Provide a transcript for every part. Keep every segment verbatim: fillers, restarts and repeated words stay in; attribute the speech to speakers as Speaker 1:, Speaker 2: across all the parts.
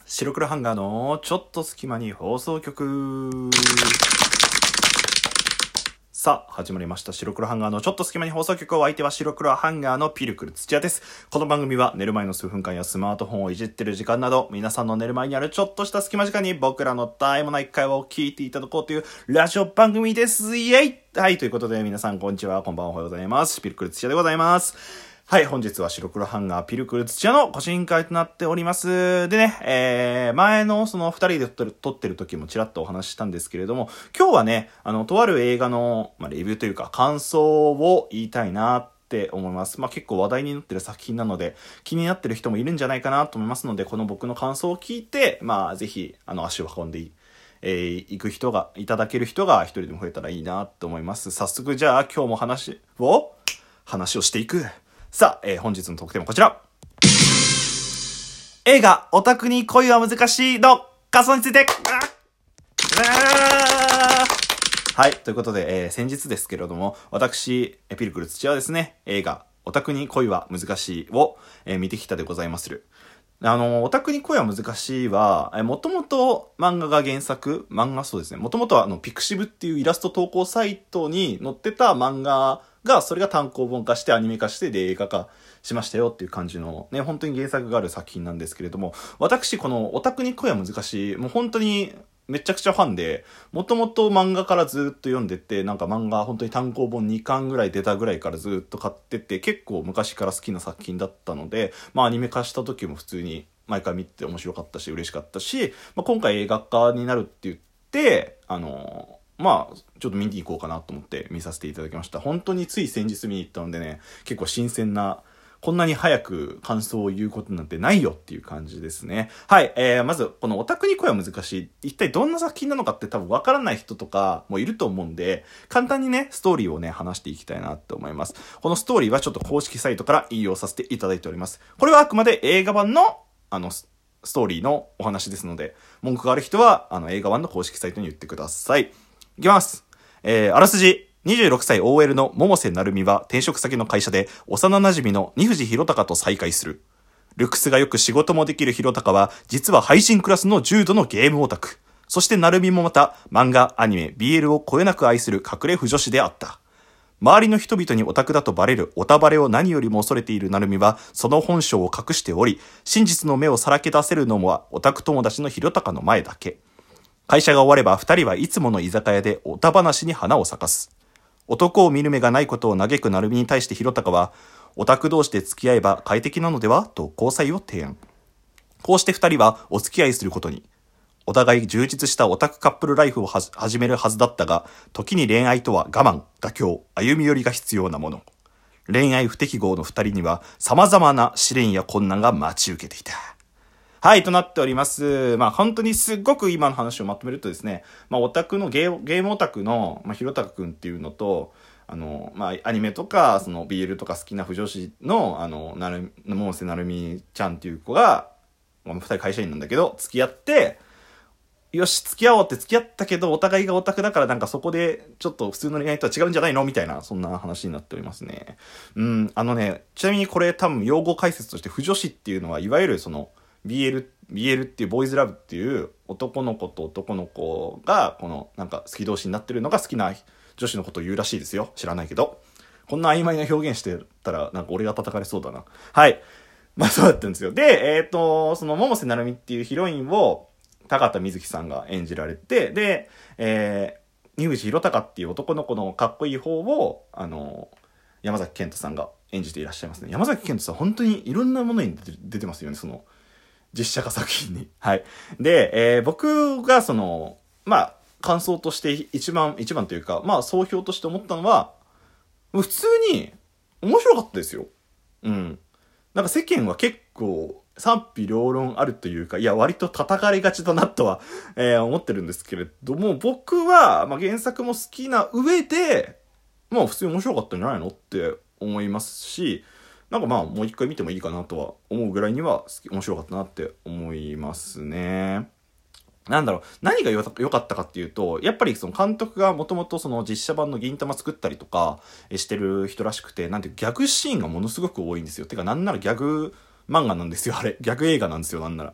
Speaker 1: 白黒ハンガーのちょっと隙間に放送局。さあ始まりました、白黒ハンガーのちょっと隙間に放送局。お相手は白黒ハンガーのピルクル土屋です。この番組は寝る前の数分間やスマートフォンをいじってる時間など、皆さんの寝る前にあるちょっとした隙間時間に僕らの絶えもない会話を聞いていただこうというラジオ番組です。イエイ。はい、ということで皆さんこんにちは、こんばんは、おはようございます。ピルクル土屋でございます。はい、本日は白黒ハンガーピルクル土屋のご進会となっております。でね、えー、前のその二人で撮ってる、撮ってる時もちらっとお話ししたんですけれども、今日はね、あの、とある映画の、まあ、レビューというか感想を言いたいなって思います。まあ、結構話題になってる作品なので、気になってる人もいるんじゃないかなと思いますので、この僕の感想を聞いて、まあ、ぜひ、あの、足を運んでいい。えー、行く人が、いただける人が一人でも増えたらいいなと思います。早速じゃあ今日も話を、話をしていく。さあ、えー、本日の特典はこちら。映画、オタクに恋は難しいの感想について。はい、ということで、えー、先日ですけれども、私、ピルクル土屋はですね、映画、オタクに恋は難しいを、えー、見てきたでございまする。あの、オタクに恋は難しいは、もともと漫画が原作、漫画そうですね、もともとはあの、ピクシブっていうイラスト投稿サイトに載ってた漫画が、それが単行本化してアニメ化してで映画化しましたよっていう感じのね、本当に原作がある作品なんですけれども、私このオタクに恋は難しい、もう本当にめちゃくちゃファンで、もともと漫画からずっと読んでて、なんか漫画本当に単行本にかんぐらい出たぐらいからずっと買ってて、結構昔から好きな作品だったので、まあアニメ化した時も普通に毎回見て面白かったし嬉しかったし、まあ、今回映画化になるって言って、あのーまあ、ちょっと見に行こうかなと思って見させていただきました。本当につい先日見に行ったのでね、結構新鮮な、こんなに早く感想を言うことなんてないよっていう感じですね。はい、えー、まず、このオタクに恋は難しい。一体どんな作品なのかって多分わからない人とかもいると思うんで、簡単にね、ストーリーをね、話していきたいなって思います。このストーリーはちょっと公式サイトから引用させていただいております。これはあくまで映画版の、あの、ストーリーのお話ですので、文句がある人は、あの、映画版の公式サイトに言ってください。いきます。えー、あらすじ。にじゅうろくさい オーエル の百瀬成美は転職先の会社で幼馴染の二藤弘隆と再会する。ルックスがよく仕事もできる弘隆は実は配信クラスの重度のゲームオタク。そして成美もまた漫画、アニメ、ビーエル をこよなく愛する隠れ不女子であった。周りの人々にオタクだとバレるオタバレを何よりも恐れている成美はその本性を隠しており、真実の目をさらけ出せるのもオタク友達の弘隆の前だけ。会社が終われば二人はいつもの居酒屋でおた話に花を咲かす。男を見る目がないことを嘆く成美に対して弘隆は、オタク同士で付き合えば快適なのではと交際を提案。こうして二人はお付き合いすることに。お互い充実したオタクカップルライフをは始めるはずだったが、時に恋愛とは我慢、妥協、歩み寄りが必要なもの。恋愛不適合の二人には様々な試練や困難が待ち受けていた。はい、となっております。まあ本当にすっごく今の話をまとめるとですね、まあオタクのゲー、ゲームオタクの、まあ、ひろたかくんっていうのと、あの、まあアニメとか、その ビーエル とか好きな不女子の、あの、なる、百瀬なるみちゃんっていう子が、まあ二人会社員なんだけど、付き合って、よし、付き合おうって付き合ったけど、お互いがオタクだからなんかそこで、ちょっと普通の恋愛とは違うんじゃないのみたいな、そんな話になっておりますね。うん、あのね、ちなみにこれ多分用語解説として不女子っていうのは、いわゆるその、ビーエル、ビーエル っていうボーイズラブっていう男の子と男の子がこのなんか好き同士になってるのが好きな女子のことを言うらしいですよ。知らないけど。こんな曖昧な表現してたらなんか俺が叩かれそうだな。はい。まあそうだったんですよ。で、えっと、その百瀬成美っていうヒロインを高田瑞希さんが演じられて、で、えー、二藤弘隆っていう男の子のかっこいい方を、あの、山崎賢人さんが演じていらっしゃいますね。山崎賢人さん本当にいろんなものに出て、出てますよね、その、実写化作品に。はい。で、えー、僕がその、まあ、感想として一番、一番というか、まあ、総評として思ったのは、普通に面白かったですよ。うん。なんか世間は結構賛否両論あるというか、いや、割と叩かれがちだなとは、えー、思ってるんですけれども、僕は、まあ、原作も好きな上で、まあ、普通に面白かったんじゃないのって思いますし、なんかまあもう一回見てもいいかなとは思うぐらいには面白かったなって思いますね。なんだろう、何が良かったかっていうと、やっぱりその監督がもともとその実写版の銀魂作ったりとかしてる人らしくて、なんてギャグシーンがものすごく多いんですよ。てかなんならギャグ漫画なんですよ、あれ。ギャグ映画なんですよ、なんなら。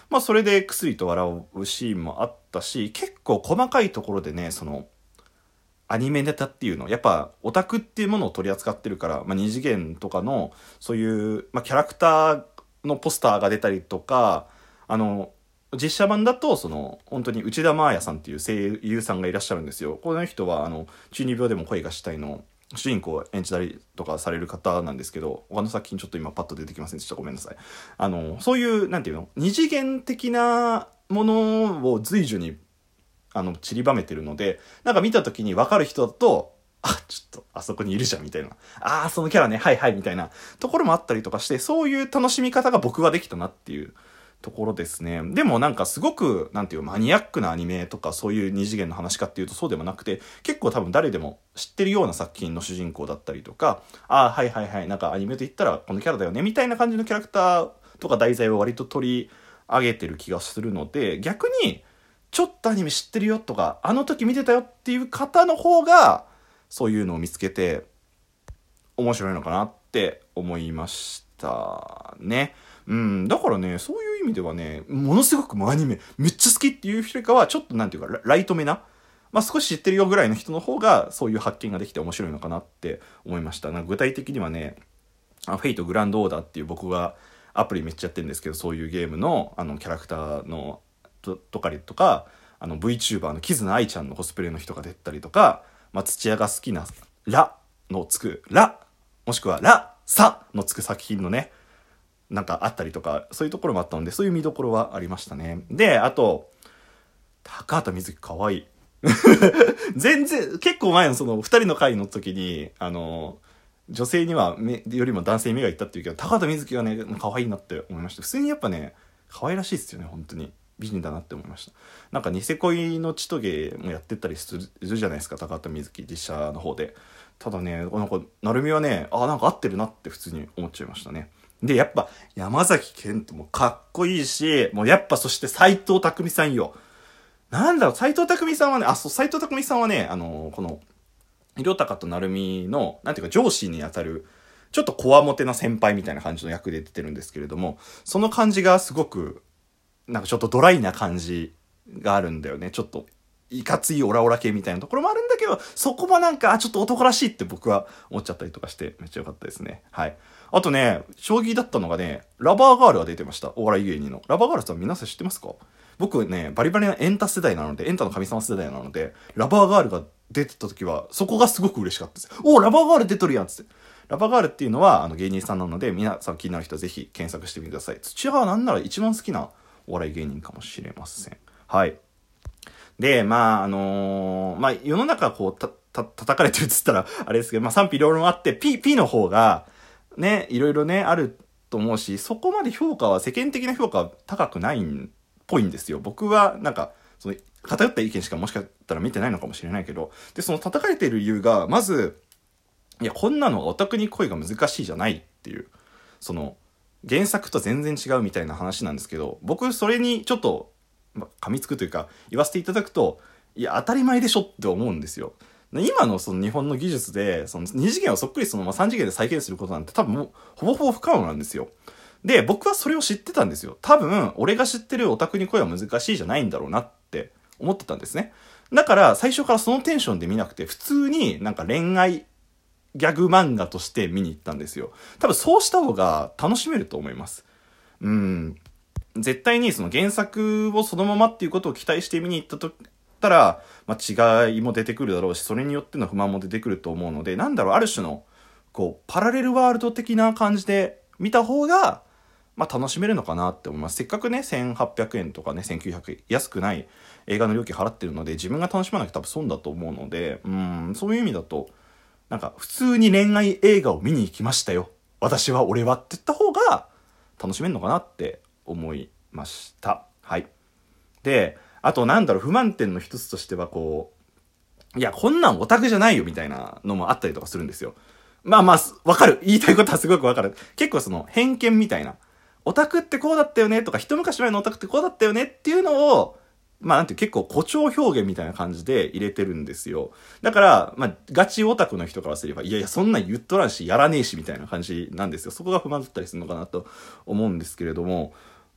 Speaker 1: まあそれで薬と笑うシーンもあったし、結構細かいところでね、その、アニメネタっていうの、やっぱオタクっていうものを取り扱ってるから、まあ二次元とかの、そういう、まあキャラクターのポスターが出たりとか、あの、実写版だと、その、本当に内田真彩さんっていう声優さんがいらっしゃるんですよ。この人は、あの、中二病でも恋がしたいの、主人公を演じたりとかされる方なんですけど、他の作品ちょっと今パッと出てきませんでした。ごめんなさい。あの、そういう、なんていうの、二次元的なものを随所に、あの、散りばめてるので、なんか見た時に分かる人だと、あ、ちょっと、あそこにいるじゃん、みたいな。ああ、そのキャラね、はいはい、みたいなところもあったりとかして、そういう楽しみ方が僕はできたなっていうところですね。でもなんかすごく、なんていうマニアックなアニメとかそういう二次元の話かっていうとそうでもなくて、結構多分誰でも知ってるような作品の主人公だったりとか、ああ、はいはいはい、なんかアニメと言ったらこのキャラだよね、みたいな感じのキャラクターとか題材を割と取り上げてる気がするので、逆に、ちょっとアニメ知ってるよとか、あの時見てたよっていう方の方が、そういうのを見つけて、面白いのかなって思いましたね。うん、だからね、そういう意味ではね、ものすごくもうアニメめっちゃ好きっていう人よりかは、ちょっとなんていうか、ラライトめな、まあ少し知ってるよぐらいの人の方が、そういう発見ができて面白いのかなって思いました。なんか具体的にはね、あフェイトグランドオーダーっていう僕がアプリめっちゃやってるんですけど、そういうゲームのあのキャラクターのととかりとか、あの VTuber のキズナアイちゃんのコスプレの人が出たりとか、まあ、土屋が好きなラのつくラ、もしくはラサのつく作品のね、なんかあったりとか、そういうところもあったので、そういう見どころはありましたね。で、あと、高畑瑞希かわいい。全然、結構前のその二人の回の時に、あの、女性には目よりも男性に目がいったっていうけど、高畑瑞希がね、可愛いなって思いました。普通にやっぱね、可愛らしいですよね、本当に。美人だなって思いました。なんかニセ恋の千棘もやってったりするじゃないですか、高畑瑞希実写の方で。ただね、なんか成海はね、あ、なんか合ってるなって普通に思っちゃいましたね。で、やっぱ山崎賢人もかっこいいし、もうやっぱそして斎藤工さんよ。なんだろう、斎藤工さんはね、あ、そう、斎藤工さんはね、あの、この、広高と成海の、なんていうか上司にあたる、ちょっとこわもてな先輩みたいな感じの役で出てるんですけれども、その感じがすごく、なんかちょっとドライな感じがあるんだよね。ちょっと、いかついオラオラ系みたいなところもあるんだけど、そこもなんか、あ、ちょっと男らしいって僕は思っちゃったりとかして、めっちゃ良かったですね。はい。あとね、将棋だったのがね、ラバーガールが出てました。お笑い芸人の。ラバーガールさん皆さん知ってますか？僕ね、バリバリなエンタ世代なので、エンタの神様世代なので、ラバーガールが出てた時は、そこがすごく嬉しかったです。おー、ラバーガール出とるやんつって。ラバーガールっていうのは、あの芸人さんなので、皆さん気になる人はぜひ検索してみてください。土屋はなんなら一番好きなお笑い芸人かもしれません。はい。で、まあ、あのー、まあ、世の中こう、た、た、叩かれてるっつったら、あれですけど、まあ、賛否両論あって、P、P の方が、ね、いろいろね、あると思うし、そこまで評価は、世間的な評価は高くないんっぽいんですよ。僕は、なんか、その、偏った意見しかもしかしたら見てないのかもしれないけど、で、その叩かれている理由が、まず、いや、こんなのがオタクに恋が難しいじゃないっていう、その、原作と全然違うみたいな話なんですけど、僕、それにちょっと、まあ、噛みつくというか言わせていただくと、いや当たり前でしょって思うんですよ。今のその日本の技術でそのに次元をそっくりそのままさん次元で再現することなんて多分もうほぼほぼ不可能なんですよ。で僕はそれを知ってたんですよ。多分俺が知ってるオタクに恋は難しいじゃないんだろうなって思ってたんですね。だから最初からそのテンションで見なくて、普通になんか恋愛ギャグ漫画として見に行ったんですよ。多分そうした方が楽しめると思います。うん絶対にその原作をそのままっていうことを期待して見に行ったとったら、まあ、違いも出てくるだろうし、それによっての不満も出てくると思うので、なんだろう、ある種のこうパラレルワールド的な感じで見た方が、まあ、楽しめるのかなって思います。せっかくねせんはっぴゃくえんとかねせんきゅうひゃくえん安くない映画の料金払ってるので、自分が楽しまなきゃ多分損だと思うので、うんそういう意味だとなんか普通に恋愛映画を見に行きましたよ、私は俺はって言った方が楽しめるのかなって思いました。はい。で、あとなんだろう、不満点の一つとしてはこう、いや、こんなんオタクじゃないよみたいなのもあったりとかするんですよ。まあまあ、わかる。言いたいことはすごくわかる。結構その偏見みたいな。オタクってこうだったよねとか、一昔前のオタクってこうだったよねっていうのを、まあなんていう結構誇張表現みたいな感じで入れてるんですよ。だから、まあガチオタクの人からすれば、いやいやそんなん言っとらんし、やらねえしみたいな感じなんですよ。そこが不満だったりするのかなと思うんですけれども、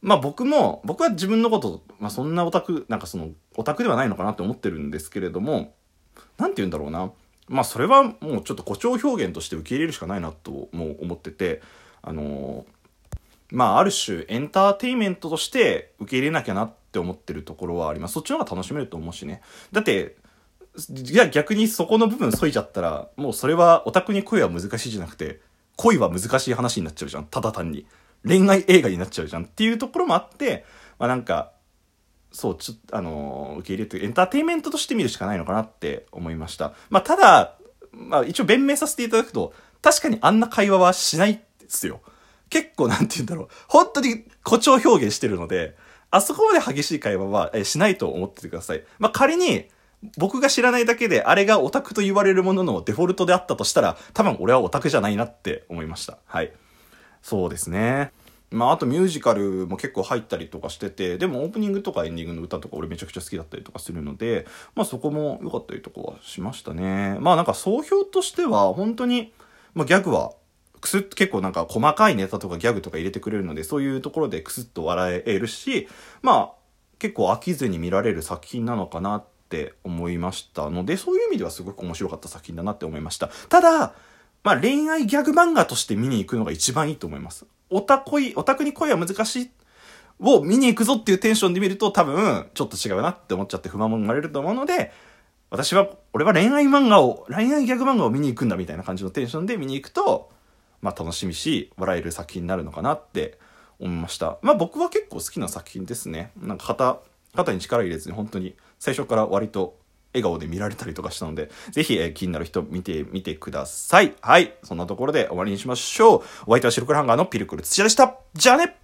Speaker 1: まあ僕も、僕は自分のこと、まあそんなオタク、なんかその、オタクではないのかなって思ってるんですけれども、なんて言うんだろうな。まあそれはもうちょっと誇張表現として受け入れるしかないなともう思ってて、あのー、まあある種エンターテインメントとして受け入れなきゃなって思ってるところはあります。そっちの方が楽しめると思うしね。だって、いや逆にそこの部分削いじゃったら、もうそれはオタクに恋は難しいじゃなくて、恋は難しい話になっちゃうじゃん。ただ単に。恋愛映画になっちゃうじゃんっていうところもあって、まあなんか、そう、ちょっと、あのー、受け入れて、エンターテインメントとして見るしかないのかなって思いました。まあただ、まあ一応弁明させていただくと、確かにあんな会話はしないですよ。結構なんて言うんだろう。本当に誇張表現してるので、あそこまで激しい会話はしないと思っててください。まあ仮に、僕が知らないだけで、あれがオタクと言われるもののデフォルトであったとしたら、多分俺はオタクじゃないなって思いました。はい。そうですね。まああとミュージカルも結構入ったりとかしてて、でもオープニングとかエンディングの歌とか俺めちゃくちゃ好きだったりとかするので、まあそこも良かったりとかはしましたね。まあなんか総評としては本当に、まあギャグはくすっと結構なんか細かいネタとかギャグとか入れてくれるので、そういうところでくすっと笑えるし、まあ結構飽きずに見られる作品なのかなって思いましたので、そういう意味ではすごく面白かった作品だなって思いました。ただ、まあ恋愛ギャグ漫画として見に行くのが一番いいと思います。オタ恋、オタクに恋は難しいを見に行くぞっていうテンションで見ると多分ちょっと違うなって思っちゃって不満も生まれると思うので、私は、俺は恋愛漫画を、恋愛ギャグ漫画を見に行くんだみたいな感じのテンションで見に行くと、まあ楽しみし、笑える作品になるのかなって思いました。まあ僕は結構好きな作品ですね。なんか肩、肩に力入れずに本当に最初から割と笑顔で見られたりとかしたので、ぜひ、えー、気になる人見てみてください。はい。そんなところで終わりにしましょう。お相手は白黒ハンガーのピルクル土屋でした。じゃあね。